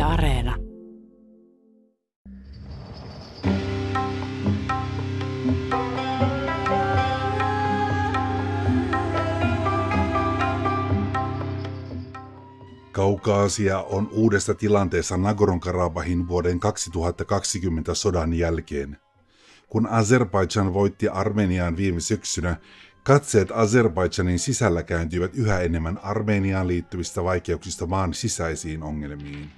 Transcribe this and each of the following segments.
Areena. Kaukasia on uudessa tilanteessa Nagorno-Karabahin vuoden 2020 sodan jälkeen. Kun Azerbaidžan voitti Armeniaan viime syksynä, katseet Azerbaidžanin sisällä kääntyivät yhä enemmän Armeniaan liittyvistä vaikeuksista maan sisäisiin ongelmiin.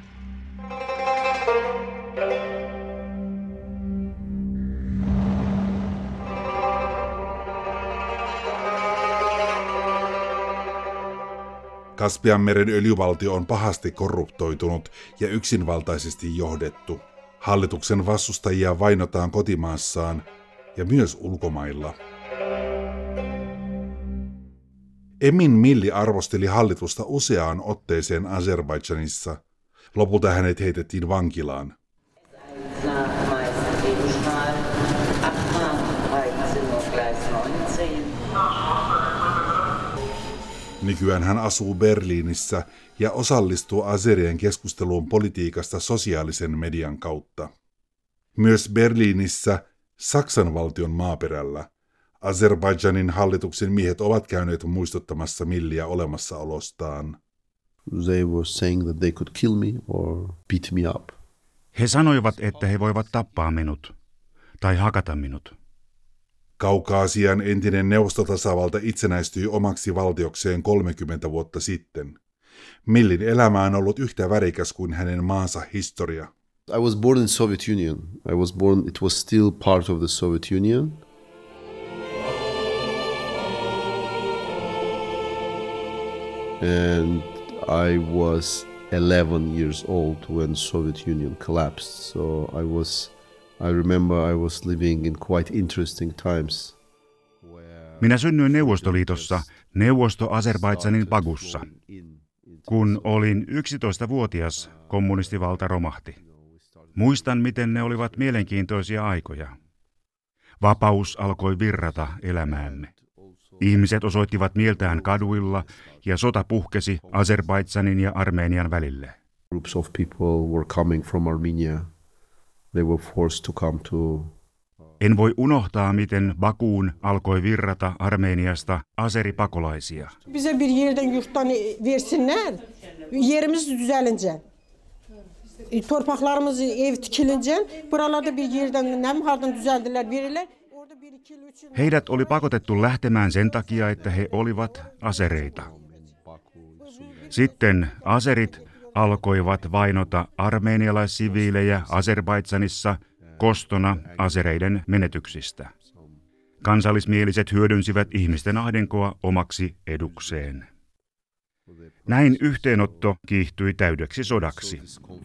Kaspianmeren öljyvaltio on pahasti korruptoitunut ja yksinvaltaisesti johdettu. Hallituksen vastustajia vainotaan kotimaassaan ja myös ulkomailla. Emin Milli arvosteli hallitusta useaan otteeseen Azerbaidžanissa. Lopulta hänet heitettiin vankilaan. Nykyään hän asuu Berliinissä ja osallistuu azerien keskusteluun politiikasta sosiaalisen median kautta. Myös Berliinissä, Saksan valtion maaperällä, Azerbaidžanin hallituksen miehet ovat käyneet muistuttamassa Milliä olemassaolostaan. They were saying that they could kill me or beat me up. He sanoivat, että he voivat tappaa minut tai hakata minut. Kaukaasian entinen neuvostotasavalta itsenäistyi omaksi valtiokseen 30 vuotta sitten. Millin elämä on ollut yhtä värikäs kuin hänen maansa historia. I was born in Soviet Union. It was still part of the Soviet Union. And I was 11 years old when Soviet Union collapsed. So I remember I was living in quite interesting times. Minä synnyin Neuvostoliitossa, Neuvosto-Azerbaidžanin Bakussa. Kun olin 11-vuotias, kommunistivalta romahti. Muistan, miten ne olivat mielenkiintoisia aikoja. Vapaus alkoi virrata elämäämme. Ihmiset osoittivat mieltään kaduilla ja sota puhkesi Azerbaidžanin ja Armenian välille. Groups of people were coming from Armenia. They were forced to come to. En voi unohtaa, miten Bakuun alkoi virrata Armeniasta azeripakolaisia. Bize bir yerden yurttan versinler. Yerimiz düzelince. Torpaklarımız ev tikilince buralarda bir yerden nemhardan düzeldiler verirler. Heidät oli pakotettu lähtemään sen takia, että he olivat asereita. Sitten aserit alkoivat vainota armeenialaissiviilejä Azerbaidžanissa kostona asereiden menetyksistä. Kansallismieliset hyödynsivät ihmisten ahdinkoa omaksi edukseen. Näin yhteenotto kiihtyi täydeksi sodaksi.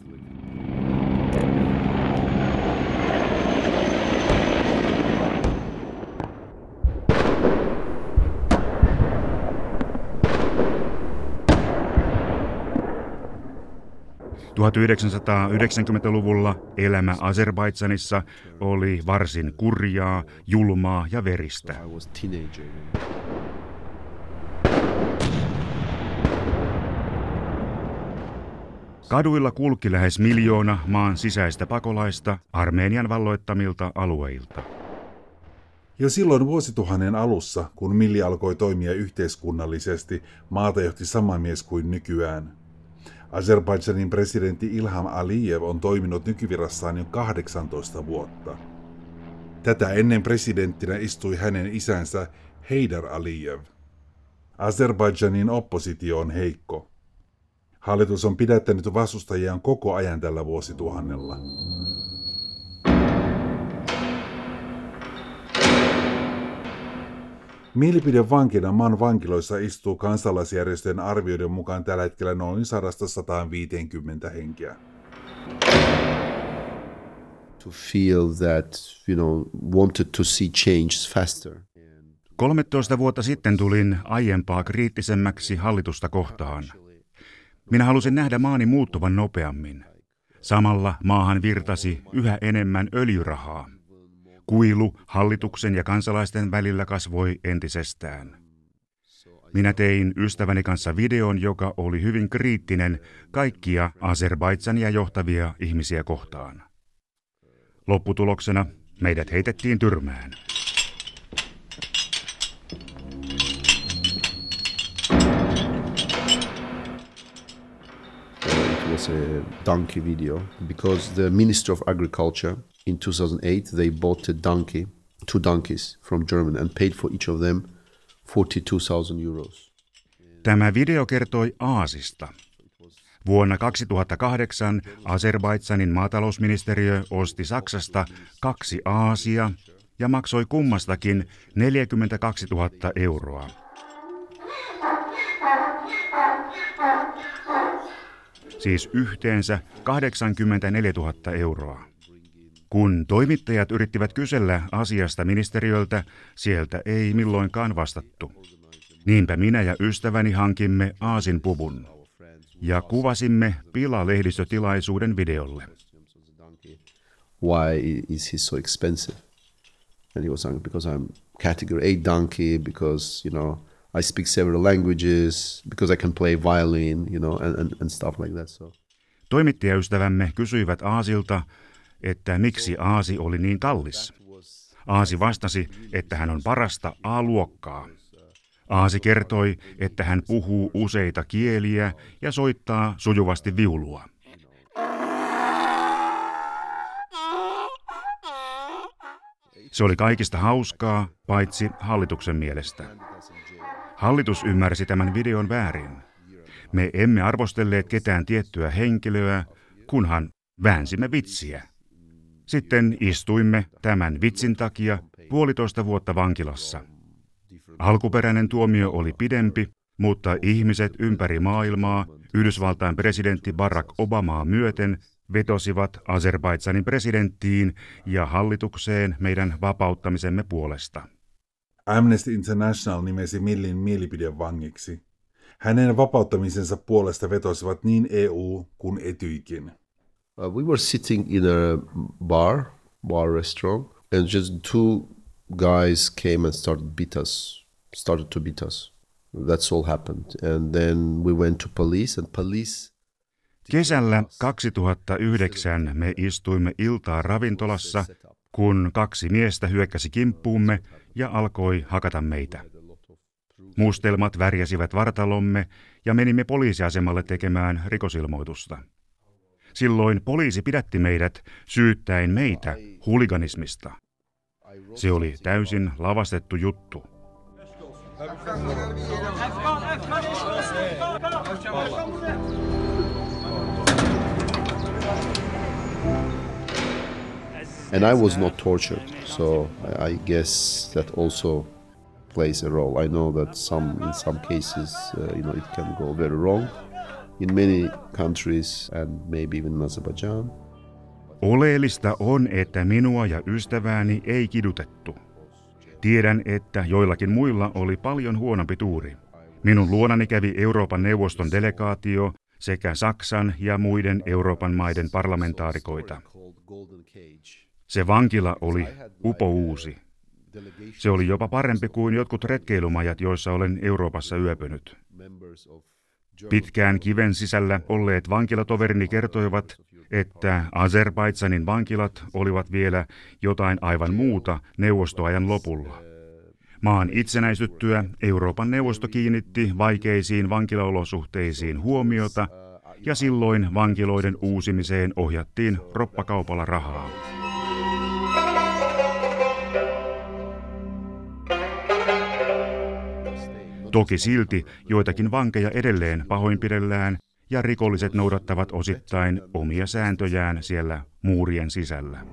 ...1990-luvulla elämä Azerbaidžanissa oli varsin kurjaa, julmaa ja veristä. Kaduilla kulki lähes 1 miljoona maan sisäistä pakolaista Armenian valloittamilta alueilta. Jo silloin vuosituhannen alussa, kun Milli alkoi toimia yhteiskunnallisesti, maata johti sama mies kuin nykyään. Azerbaidžanin presidentti Ilham Aliyev on toiminut nykyvirassaan jo 18 vuotta. Tätä ennen presidenttinä istui hänen isänsä Heydar Aliyev. Azerbaidžanin oppositio on heikko. Hallitus on pidättänyt vastustajiaan koko ajan tällä vuosituhannella. Mielipidevankina maan vankiloissa istuu kansalaisjärjestöjen arvioiden mukaan tällä hetkellä noin 100-150 henkeä. To feel that, wanted to see change faster. 13 vuotta sitten tulin aiempaa kriittisemmäksi hallitusta kohtaan. Minä halusin nähdä maani muuttuvan nopeammin. Samalla maahan virtasi yhä enemmän öljyrahaa. Kuilu hallituksen ja kansalaisten välillä kasvoi entisestään. Minä tein ystäväni kanssa videon, joka oli hyvin kriittinen kaikkia Azerbaidžania johtavia ihmisiä kohtaan. Lopputuloksena meidät heitettiin tyrmään. It was a donkey video because the Ministry of Agriculture in 2008 they bought two donkeys from Germany and paid for each of them 42,000 euros. Tämä video kertoi aasista. Vuonna 2008 Azerbaidžanin maatalousministeriö osti Saksasta 2 aasia ja maksoi kummastakin 42 000 euroa. Siis yhteensä 84 000 euroa. Kun toimittajat yrittivät kysellä asiasta ministeriöltä, sieltä ei milloinkaan vastattu. Niinpä minä ja ystäväni hankimme aasinpuvun ja kuvasimme pilalehdistötilaisuuden videolle. Why is he so expensive? And he was saying, because I'm category 8 donkey, because, I speak several languages, because I can play violin, and stuff like that. So. Toimittajaystävämme kysyivät aasilta, että miksi aasi oli niin kallis. Aasi vastasi, että hän on parasta A-luokkaa. Aasi kertoi, että hän puhuu useita kieliä ja soittaa sujuvasti viulua. Se oli kaikista hauskaa, paitsi hallituksen mielestä. Hallitus ymmärsi tämän videon väärin. Me emme arvostelleet ketään tiettyä henkilöä, kunhan väänsimme vitsiä. Sitten istuimme tämän vitsin takia 1,5 vuotta vankilassa. Alkuperäinen tuomio oli pidempi, mutta ihmiset ympäri maailmaa, Yhdysvaltain presidentti Barack Obamaa myöten, vetosivat Azerbaidžanin presidenttiin ja hallitukseen meidän vapauttamisemme puolesta. Amnesty International nimesi Millin mielipidevangiksi. Hänen vapauttamisensa puolesta vetosivat niin EU kuin Etyjkin. We were sitting in a bar restaurant, and just 2 guys came and started to beat us. That's all happened. And then we went to police, and police... Kesällä 2009 me istuimme iltaa ravintolassa, kun 2 miestä hyökkäsi kimppuumme ja alkoi hakata meitä. Mustelmat värjäsivät vartalomme ja menimme poliisiasemalle tekemään rikosilmoitusta. Silloin poliisi pidätti meidät syyttäen meitä huliganismista. Se oli täysin lavastettu juttu. And I was not tortured, so I guess that also plays a role. I know that in some cases, it can go very wrong in many countries and maybe even in Azerbaijan. Oleellista on, että minua ja ystävääni ei kidutettu. Tiedän, että joillakin muilla oli paljon huonompi tuuri. Minun luonani kävi Euroopan neuvoston delegaatio sekä Saksan ja muiden Euroopan maiden parlamentaarikoita. Se vankila oli upouusi. Se oli jopa parempi kuin jotkut retkeilymajat, joissa olen Euroopassa yöpynyt. Pitkään kiven sisällä olleet vankilatoverini kertoivat, että Azerbaidžanin vankilat olivat vielä jotain aivan muuta neuvostoajan lopulla. Maan itsenäistyttyä Euroopan neuvosto kiinnitti vaikeisiin vankilaolosuhteisiin huomiota ja silloin vankiloiden uusimiseen ohjattiin roppakaupalla rahaa. Toki silti joitakin vankeja edelleen pahoinpidellään ja rikolliset noudattavat osittain omia sääntöjään siellä muurien sisällä.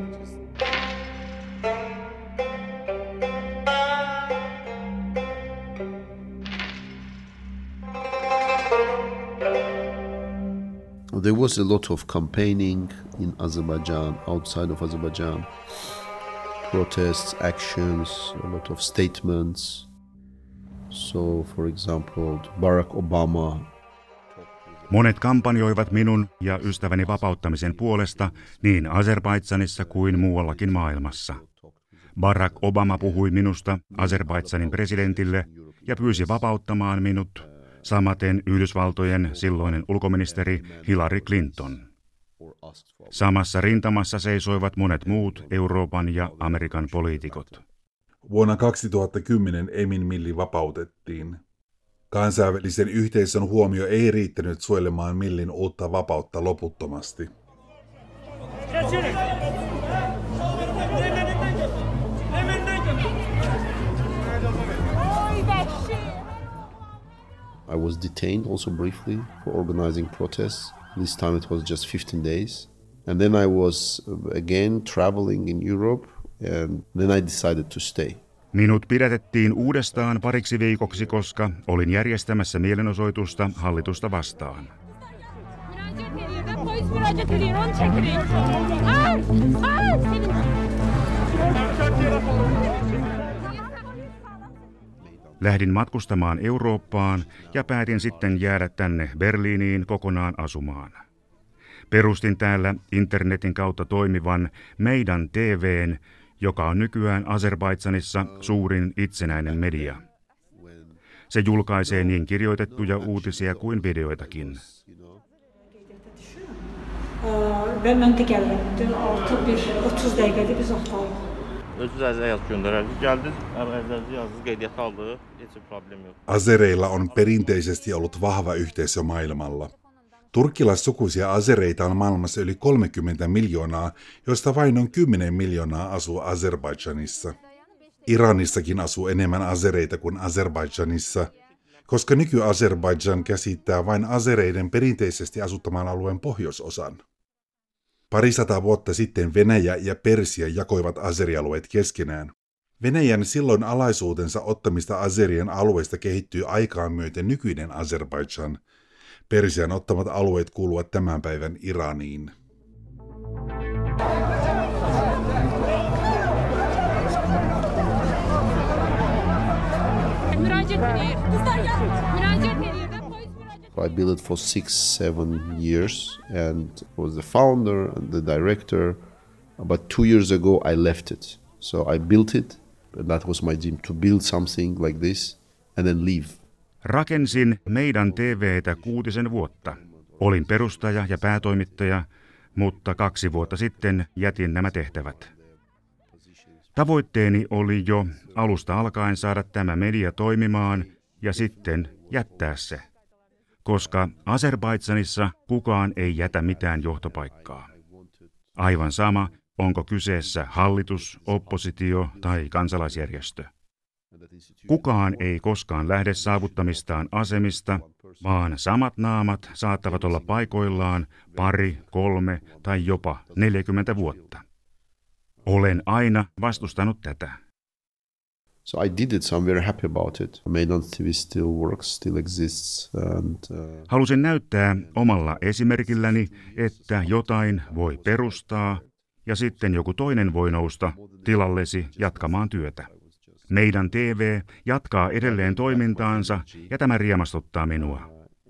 There was a lot of campaigning in Azerbaijan, outside of Azerbaijan, protests, actions, a lot of statements. So, for example, Barack Obama. Monet kampanjoivat minun ja ystäväni vapauttamisen puolesta niin Azerbaidžanissa kuin muuallakin maailmassa. Barack Obama puhui minusta Azerbaidžanin presidentille ja pyysi vapauttamaan minut, samaten Yhdysvaltojen silloinen ulkoministeri Hillary Clinton. Samassa rintamassa seisoivat monet muut Euroopan ja Amerikan poliitikot. Vuonna 2010 Emin Milli vapautettiin. Kansainvälisen yhteisön huomio ei riittänyt suojelemaan Millin uutta vapautta loputtomasti. I was detained also briefly for organizing protests. This time it was just 15 days. And then I was again traveling in Europe, and then I decided to stay. Minut pidätettiin uudestaan pariksi viikoksi, koska olin järjestämässä mielenosoitusta hallitusta vastaan. Lähdin matkustamaan Eurooppaan ja päätin sitten jäädä tänne Berliiniin kokonaan asumaan. Perustin täällä internetin kautta toimivan Meydan TV:n, joka on nykyään Azerbaidžanissa suurin itsenäinen media. Se julkaisee niin kirjoitettuja uutisia kuin videoitakin. Və mən də gəlirəm. Artıq bir 30 dəqiqədir biz axtarıq. Özünüz əziyyət göndərərdiniz. Gəldiniz, ərizənizi yazdınız, qeydiyyat aldıq. Heç bir problem yox. Azereilla on perinteisesti ollut vahva yhteisö maailmalla. Turkkilaissukuisia azereita on maailmassa yli 30 miljoonaa, joista vain noin 10 miljoonaa asuu Azerbaidžanissa. Iranissakin asuu enemmän azereita kuin Azerbaidžanissa, koska nyky-Azerbaidžan käsittää vain azereiden perinteisesti asuttaman alueen pohjoisosan. Parisataa vuotta sitten Venäjä ja Persia jakoivat azerialueet keskenään. Venäjän silloin alaisuutensa ottamista azerien alueista kehittyy aikaan myöten nykyinen Azerbaidžan. Persian ottamat alueet kuuluvat tämän päivän Iraniin. I built it for 6-7 years and was the founder and the director. But 2 years ago I left it. So I built it, and that was my dream, to build something like this and then leave. Rakensin Meydan TV:tä 6 vuotta. Olin perustaja ja päätoimittaja, mutta 2 vuotta sitten jätin nämä tehtävät. Tavoitteeni oli jo alusta alkaen saada tämä media toimimaan ja sitten jättää se. Koska Azerbaidžanissa kukaan ei jätä mitään johtopaikkaa. Aivan sama, onko kyseessä hallitus, oppositio tai kansalaisjärjestö. Kukaan ei koskaan lähde saavuttamistaan asemista, vaan samat naamat saattavat olla paikoillaan 2, 3 tai jopa 40 vuotta. Olen aina vastustanut tätä. So I did it, so I'm very happy about it. Meydan TV still works, still exists. Halusin näyttää omalla esimerkilläni, että jotain voi perustaa ja sitten joku toinen voi nousta tilallesi jatkamaan työtä. Meydan TV jatkaa edelleen toimintaansa ja tämä riemastuttaa minua.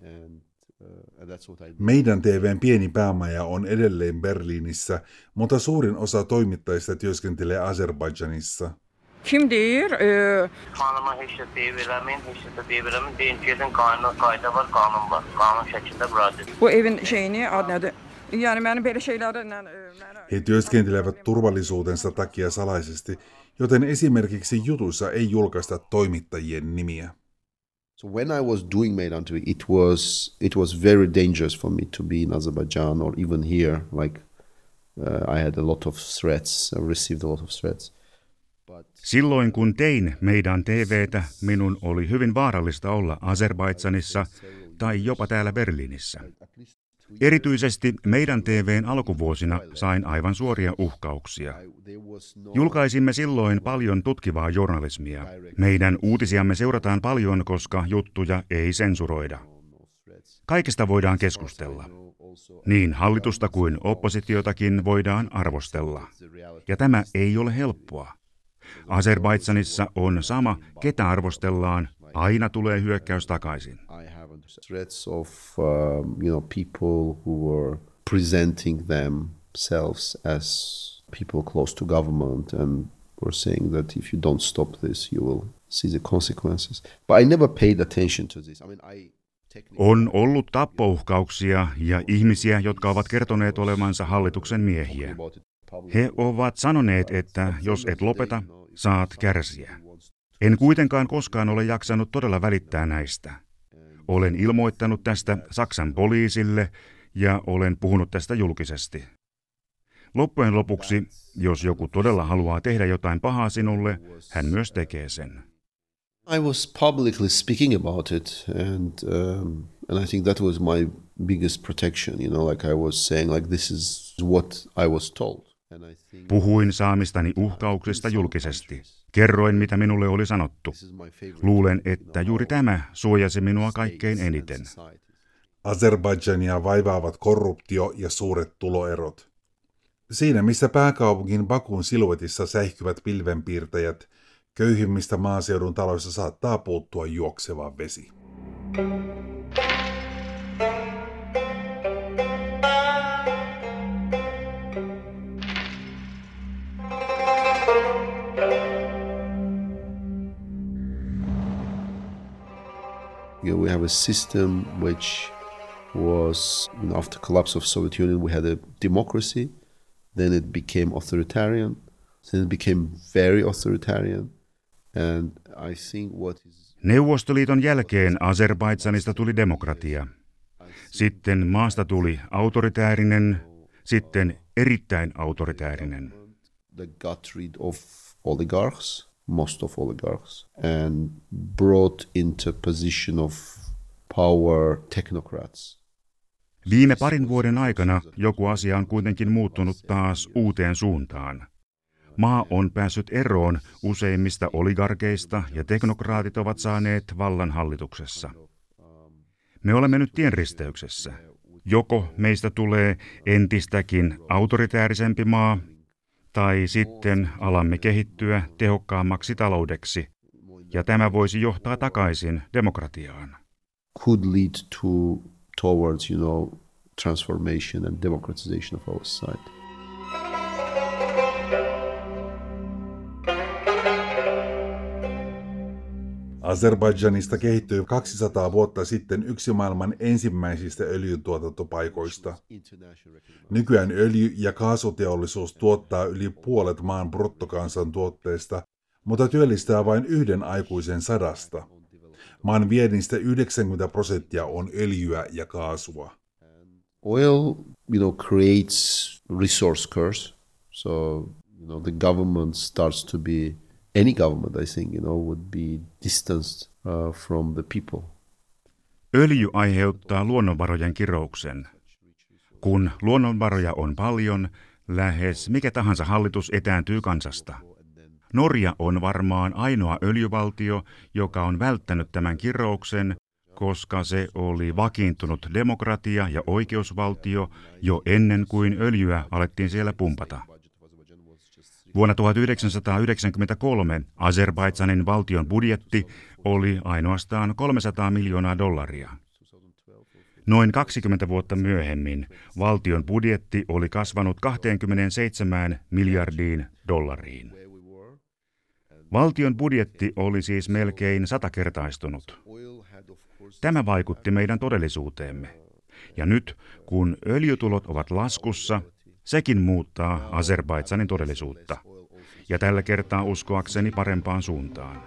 Meydan TV:n pieni päämaja on edelleen Berliinissä, mutta suurin osa toimittajista työskentelee Azerbaidžanissa. Kim deyir? Xanıma heç də deyə verəmin, heç də deyə verəmin. Deyin ki, qayda var, qanun var. Qanun şəkildə buradır. Bu evin şeyini ad nədir? Yəni mənim belə şeylərlə He työskentelevät turvallisuutensa takia salaisesti, joten esimerkiksi jutuissa ei julkaista toimittajien nimiä. So when I was doing Meydan TV, it was very dangerous for me to be in Azerbaijan or even here. Like I had a lot of threats, I received a lot of threats. Silloin kun tein Meydan TV:tä, minun oli hyvin vaarallista olla Azerbaidžanissa tai jopa täällä Berliinissä. Erityisesti Meydan TV:n alkuvuosina sain aivan suoria uhkauksia. Julkaisimme silloin paljon tutkivaa journalismia. Meidän uutisiamme seurataan paljon, koska juttuja ei sensuroida. Kaikesta voidaan keskustella. Niin hallitusta kuin oppositiotakin voidaan arvostella. Ja tämä ei ole helppoa. Azerbaidžanissa on sama, ketä arvostellaan, aina tulee hyökkäys takaisin. Threats of people who were presenting themselves as people close to government and were saying that if you don't stop this, you will see the consequences. But I never paid attention to this. I mean, On ollut tappouhkauksia ja ihmisiä, jotka ovat kertoneet olevansa hallituksen miehiä. He ovat sanoneet, että jos et lopeta, saat kärsiä. En kuitenkaan koskaan ole jaksanut todella välittää näistä. Olen ilmoittanut tästä Saksan poliisille ja olen puhunut tästä julkisesti. Loppujen lopuksi, jos joku todella haluaa tehdä jotain pahaa sinulle, hän myös tekee sen. I was publicly speaking about it, and I think that was my biggest protection. You know, like I was saying, like this is what I was told. Puhuin saamistani uhkauksista julkisesti. Kerroin, mitä minulle oli sanottu. Luulen, että juuri tämä suojasi minua kaikkein eniten. Azerbaidžania vaivaavat korruptio ja suuret tuloerot. Siinä, missä pääkaupungin Bakun siluetissa säihkyvät pilvenpiirtäjät, köyhimmistä maaseudun taloissa saattaa puuttua juokseva vesi. We have a system which was, after the collapse of Soviet Union, we had a democracy, then it became authoritarian, then it became very authoritarian, and I think what is... Neuvostoliiton jälkeen Azerbaidžanista tuli demokratia. Sitten maasta tuli autoritäärinen, sitten erittäin autoritäärinen. They got rid of oligarchs, most of oligarchs, and brought into position of power technocrats. Viime parin vuoden aikana joku asia on kuitenkin muuttunut taas uuteen suuntaan. Maa on päässyt eroon useimmista oligarkeista ja teknokraatit ovat saaneet vallan hallituksessa. Me olemme nyt tienristeyksessä. Joko meistä tulee entistäkin autoritäärisempi maa, tai sitten alamme kehittyä tehokkaammaksi taloudeksi, ja tämä voisi johtaa takaisin demokratiaan. Could lead towards, transformation and democratization of our society. Azerbaidžanista kehittyi 200 vuotta sitten yksi maailman ensimmäisistä öljyntuotantopaikoista. Nykyään öljy- ja kaasuteollisuus tuottaa yli puolet maan bruttokansantuotteesta, mutta työllistää vain 1 aikuisen 100. Maan viennistä 90% on öljyä ja kaasua. Oil, creates resource curse. So, the government starts to be, any government, I think, would be distanced from the people. Öljy aiheuttaa luonnonvarojen kirouksen. Kun luonnonvaroja on paljon, lähes mikä tahansa hallitus etääntyy kansasta. Norja on varmaan ainoa öljyvaltio, joka on välttänyt tämän kirouksen, koska se oli vakiintunut demokratia ja oikeusvaltio jo ennen kuin öljyä alettiin siellä pumpata. Vuonna 1993 Azerbaidžanin valtion budjetti oli ainoastaan $300 miljoonaa. Noin 20 vuotta myöhemmin valtion budjetti oli kasvanut $27 miljardiin. Valtion budjetti oli siis melkein 100-kertaistunut. Tämä vaikutti meidän todellisuuteemme. Ja nyt, kun öljytulot ovat laskussa, sekin muuttaa Azerbaidžanin todellisuutta. Ja tällä kertaa uskoakseni parempaan suuntaan.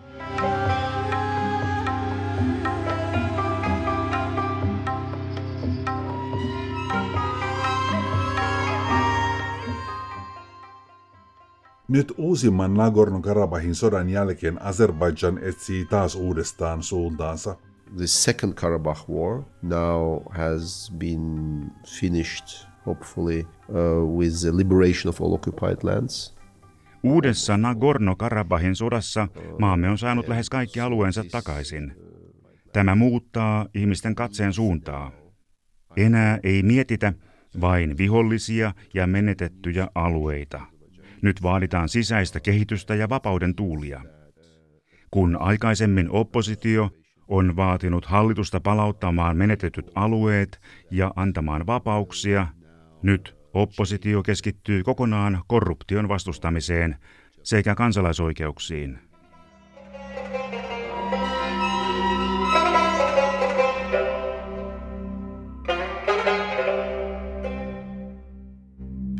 Nyt uusimman Nagorno-Karabahin sodan jälkeen Azerbaidžan etsii taas uudestaan suuntaansa. The Second Karabakh War now has been finished, hopefully, with the liberation of all occupied lands. Uudessa Nagorno-Karabahin sodassa maamme on saanut lähes kaikki alueensa takaisin. Tämä muuttaa ihmisten katseen suuntaa. Enää ei mietitä vain vihollisia ja menetettyjä alueita. Nyt vaaditaan sisäistä kehitystä ja vapauden tuulia. Kun aikaisemmin oppositio on vaatinut hallitusta palauttamaan menetetyt alueet ja antamaan vapauksia, nyt oppositio keskittyy kokonaan korruption vastustamiseen sekä kansalaisoikeuksiin.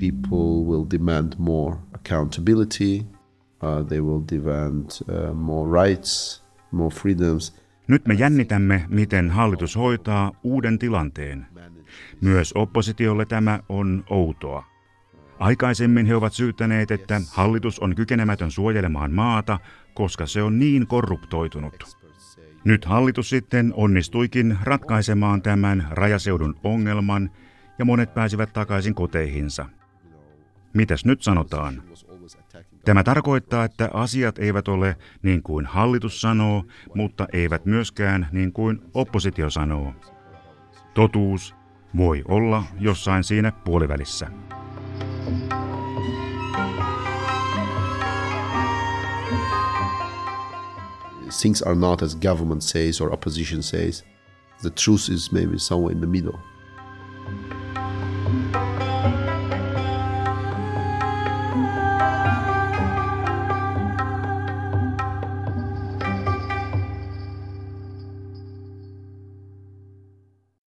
People will demand more accountability. They will demand more rights, more freedoms. Nyt me jännitämme, miten hallitus hoitaa uuden tilanteen. Myös oppositiolle tämä on outoa. Aikaisemmin he ovat syyttäneet, että hallitus on kykenemätön suojelemaan maata, koska se on niin korruptoitunut. Nyt hallitus sitten onnistuikin ratkaisemaan tämän rajaseudun ongelman ja monet pääsivät takaisin koteihinsa. Mitäs nyt sanotaan? Tämä tarkoittaa, että asiat eivät ole niin kuin hallitus sanoo, mutta eivät myöskään niin kuin oppositio sanoo. Totuus voi olla jossain siinä puolivälissä. Things are not as government says or opposition says. The truth is maybe somewhere in the middle.